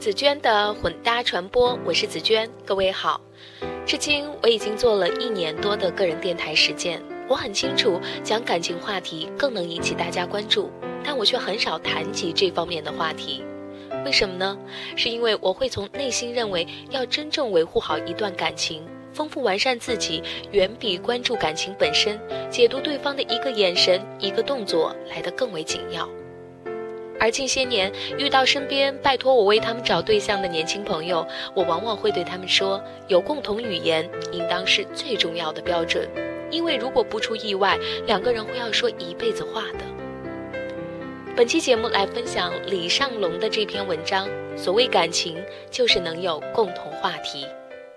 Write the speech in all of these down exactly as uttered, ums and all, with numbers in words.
紫娟的混搭传播，我是紫娟，各位好。至今我已经做了一年多的个人电台实践，我很清楚讲感情话题更能引起大家关注，但我却很少谈及这方面的话题。为什么呢？是因为我会从内心认为，要真正维护好一段感情，丰富完善自己，远比关注感情本身，解读对方的一个眼神、一个动作来得更为紧要。而近些年遇到身边拜托我为他们找对象的年轻朋友，我往往会对他们说，有共同语言应当是最重要的标准，因为如果不出意外，两个人会要说一辈子话的。本期节目来分享李尚龙的这篇文章，所谓感情就是能有共同话题。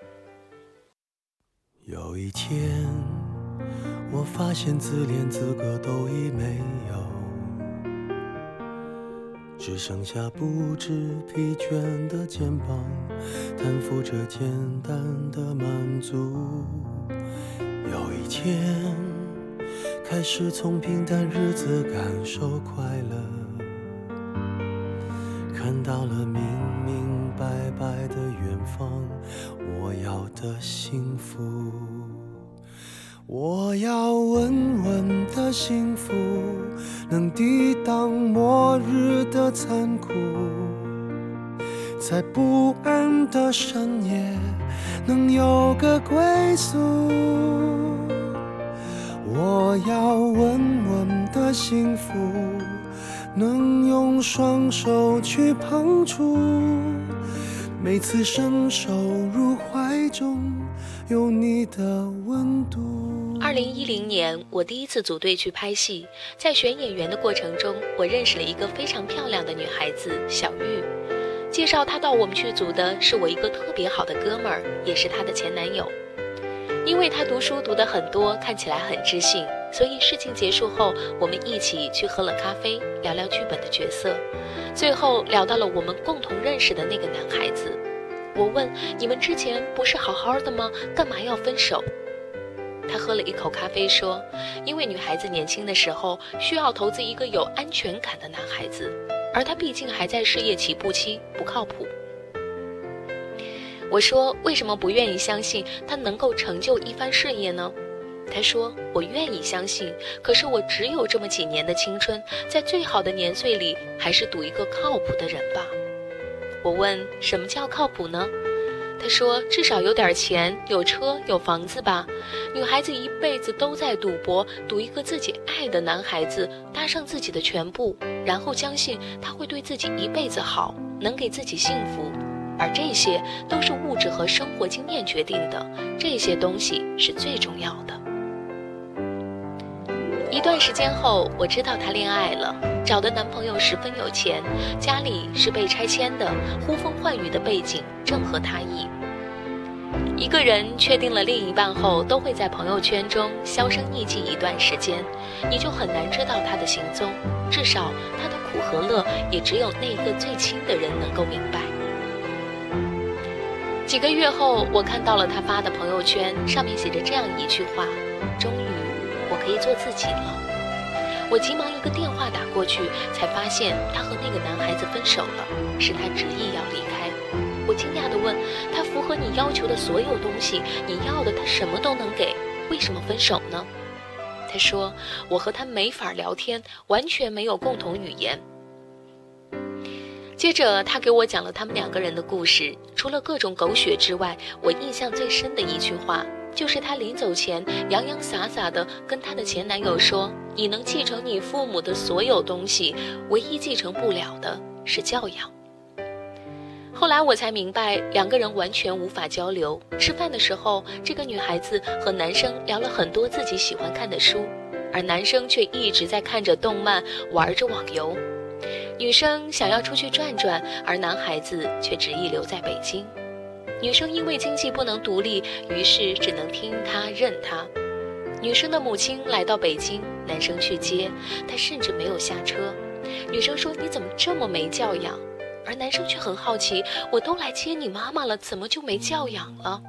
有一天我发现自怜资格都已没有，只剩下不知疲倦的肩膀，担负着简单的满足。有一天开始从平淡日子感受快乐，看到了明明白白的远方，我要的幸福。我要稳稳的幸福，能抵挡末日的残酷，在不安的深夜能有个归宿。我要稳稳的幸福，能用双手去碰触，每次伸手入怀中有你的温度。 二零一零年，我第一次组队去拍戏，在选演员的过程中，我认识了一个非常漂亮的女孩子小玉。介绍她到我们剧组的是我一个特别好的哥们儿，也是她的前男友。因为她读书读得很多，看起来很知性，所以事情结束后，我们一起去喝了咖啡，聊聊剧本的角色，最后聊到了我们共同认识的那个男孩子。我问，你们之前不是好好的吗？干嘛要分手？他喝了一口咖啡说，因为女孩子年轻的时候需要投资一个有安全感的男孩子，而他毕竟还在事业起步期，不靠谱。我说，为什么不愿意相信他能够成就一番事业呢？他说，我愿意相信，可是我只有这么几年的青春，在最好的年岁里，还是赌一个靠谱的人吧。我问，什么叫靠谱呢？他说，至少有点钱，有车有房子吧。女孩子一辈子都在赌博，赌一个自己爱的男孩子，搭上自己的全部，然后相信他会对自己一辈子好，能给自己幸福。而这些都是物质和生活经验决定的，这些东西是最重要的。一段时间后，我知道她恋爱了，找的男朋友十分有钱，家里是被拆迁的，呼风唤雨的背景正合她意。一个人确定了另一半后，都会在朋友圈中销声匿迹一段时间，你就很难知道他的行踪，至少他的苦和乐也只有那个最亲的人能够明白。几个月后，我看到了他发的朋友圈，上面写着这样一句话，终于我可以做自己了。我急忙一个电话打过去，才发现他和那个男孩子分手了，是他执意要离开。我惊讶地问，他符合你要求的所有东西，你要的他什么都能给，为什么分手呢？他说，我和他没法聊天，完全没有共同语言。接着他给我讲了他们两个人的故事，除了各种狗血之外，我印象最深的一句话就是他临走前洋洋洒洒地跟他的前男友说，你能继承你父母的所有东西，唯一继承不了的是教养。后来我才明白，两个人完全无法交流。吃饭的时候，这个女孩子和男生聊了很多自己喜欢看的书，而男生却一直在看着动漫，玩着网游。女生想要出去转转，而男孩子却执意留在北京。女生因为经济不能独立，于是只能听他任他。女生的母亲来到北京，男生去接，他甚至没有下车。女生说，你怎么这么没教养？而男生却很好奇，我都来接你妈妈了，怎么就没教养了？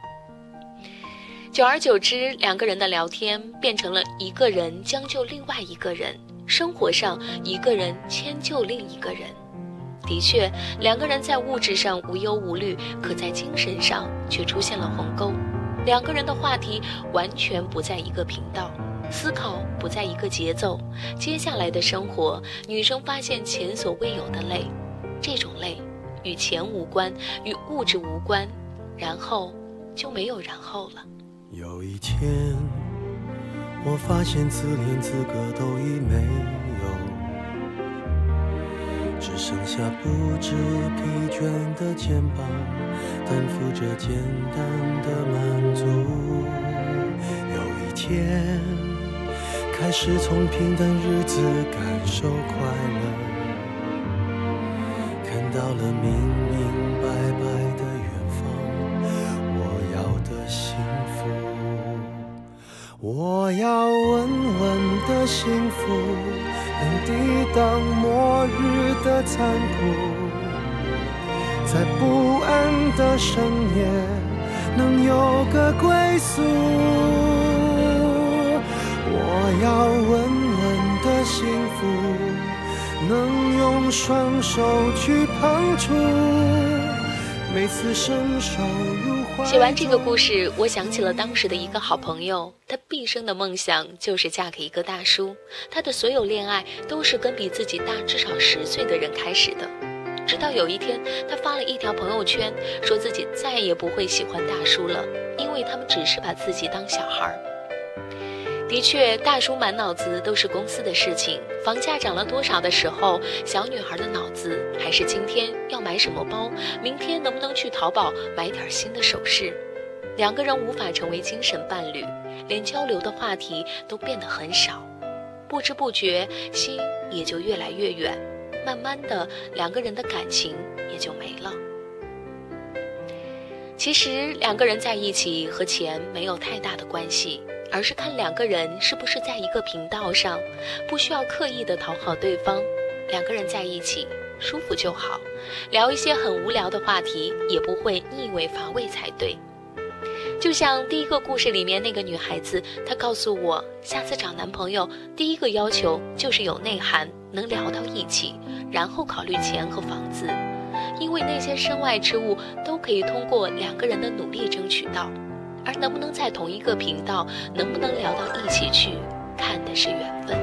久而久之，两个人的聊天变成了一个人将就另外一个人，生活上一个人迁就另一个人。 的确，两个人在物质上无忧无虑，可在精神上却出现了鸿沟。两个人的话题完全不在一个频道，思考不在一个节奏。接下来的生活，女生发现前所未有的累，这种累与钱无关，与物质无关，然后就没有然后了。 有一天，我发现自怜资格都已没有，只剩下不知疲倦的肩膀，担负着简单的满足。有一天，开始从平淡日子感受快乐，看到了明明白白的远方，我要的幸福。我要稳稳的幸福，能抵挡末日的残酷，在不安的深夜能有个归宿。我要稳稳的幸福，能用双手去碰触，每次伸手入怀中。 写完这个故事，我想起了当时的一个好朋友，他毕生的梦想就是嫁给一个大叔，他的所有恋爱都是跟比自己大至少十岁的人开始的。直到有一天，他发了一条朋友圈，说自己再也不会喜欢大叔了，因为他们只是把自己当小孩。的确，大叔满脑子都是公司的事情，房价涨了多少的时候，小女孩的脑子还是今天要买什么包，明天能不能去淘宝买点新的首饰。两个人无法成为精神伴侣，连交流的话题都变得很少，不知不觉心也就越来越远，慢慢的两个人的感情也就没了。其实两个人在一起和钱没有太大的关系，而是看两个人是不是在一个频道上，不需要刻意的讨好对方，两个人在一起舒服就好，聊一些很无聊的话题也不会腻味乏味才对。就像第一个故事里面那个女孩子，她告诉我，下次找男朋友第一个要求就是有内涵，能聊到一起，然后考虑钱和房子，因为那些身外之物都可以通过两个人的努力争取到，而能不能在同一个频道，能不能聊到一起去，看的是缘分。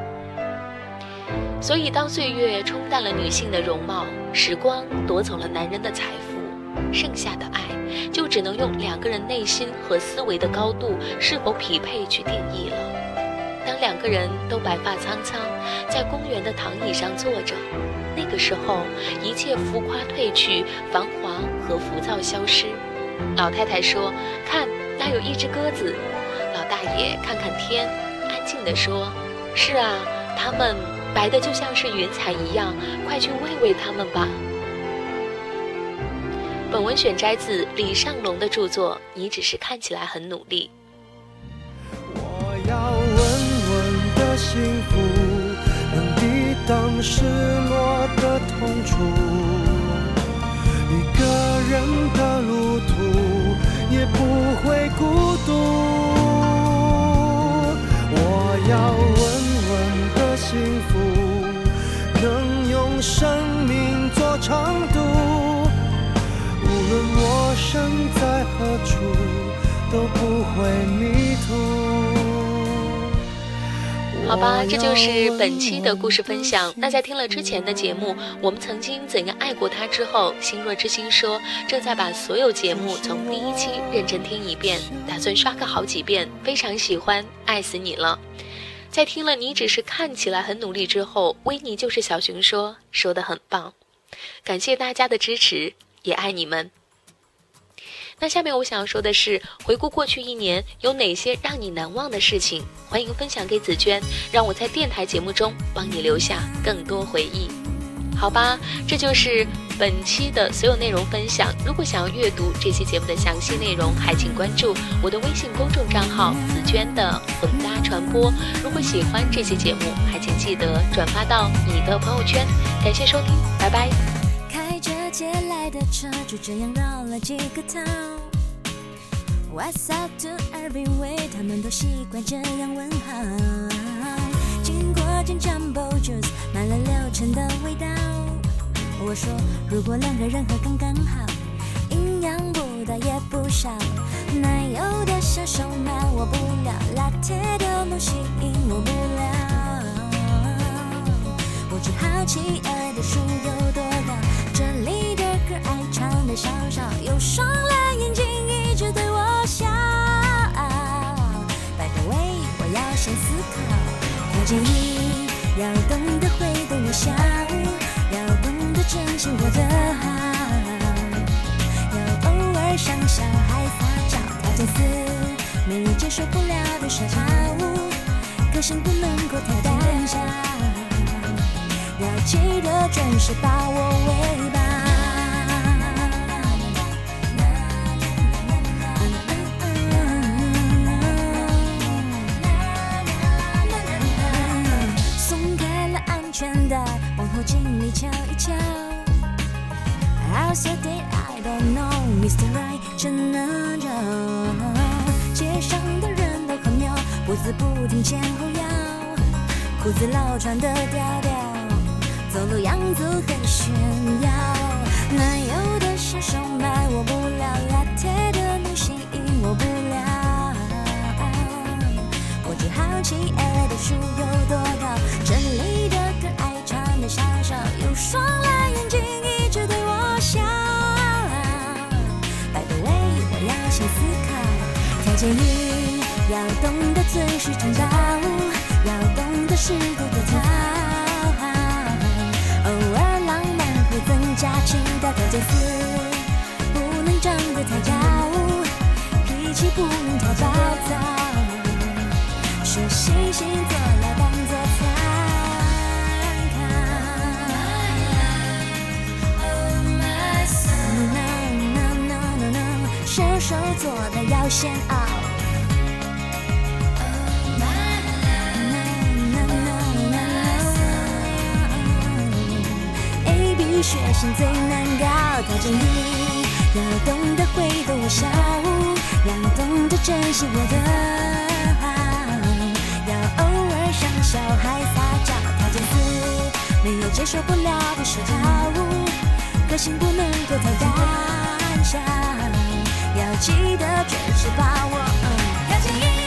所以当岁月冲淡了女性的容貌，时光夺走了男人的财富，剩下的爱就只能用两个人内心和思维的高度是否匹配去定义了。当两个人都白发苍苍，在公园的躺椅上坐着，那个时候一切浮夸褪去，繁华和浮躁消失。老太太说，看，那有一只鸽子。老大爷看看天，安静地说，是啊，它们白的就像是云彩一样，快去喂喂它们吧。本文选摘自李尚龙的著作《你只是看起来很努力》。 我要稳稳的幸福，能抵挡失落的痛楚，一个人的路途也不会孤独。我要稳稳的幸福，能用生命做长度，无论我身在何处都不会迷途。 好吧，这就是本期的故事分享。那在听了之前的节目我们曾经怎样爱过他之后，心若之心说正在把所有节目从第一期认真听一遍，打算刷个好几遍，非常喜欢，爱死你了。在听了你只是看起来很努力之后，维尼就是小熊说说得很棒，感谢大家的支持，也爱你们。那下面我想要说的是，回顾过去一年有哪些让你难忘的事情，欢迎分享给紫娟，让我在电台节目中帮你留下更多回忆。好吧，这就是本期的所有内容分享。如果想要阅读这期节目的详细内容，还请关注我的微信公众账号紫娟的混搭传播。如果喜欢这期节目，还请记得转发到你的朋友圈。感谢收听，拜拜。 开着借来的车，就这样绕了几个 town。 What's up to everywhere， 他们都习惯这样问好。经过间 Jumbo Juice， 买了六成的味道。我我说，如果两个人喝刚刚好，营养不大也不少，奶油的小手慢我不了，拿铁的梦吸引我不了。我只好奇儿的树有多高，这里的歌爱唱的少少，有双蓝眼睛一直对我笑。By the way， 我要先思考，条件一，要懂得会对我笑，要懂得珍惜我的好，要偶尔上小孩撒娇。条件四，没有接受不了的社交，个性不能够太胆小，要记得准时把我喂饱。松开了安全带，往后镜里瞧一瞧。How so did I don't know Mister Right 真能找，街上的人都很妙，脖子不停前后摇，裤子老穿的调调，走路样子很炫耀。奶油的小手买我不了，拿铁的你吸引我不了。我只好奇儿的树有多高，这里的歌爱唱的少少，有双蓝眼睛一直对我笑。By the way， 我要先思考，条件一，要懂得遵序正道，要懂得适度的讨好，偶尔浪漫会增加情调。条件四，不能长得太骄傲，脾气不能太暴躁，学习星座要当作参考。No no no no no， 射手座的要先熬。学生最难搞，条件一，要懂得会对我笑，要懂得珍惜我的好，要偶尔上小孩撒娇。条件四，没有接受不了的社交，个性不能够太胆小，要记得准时把握。条件一。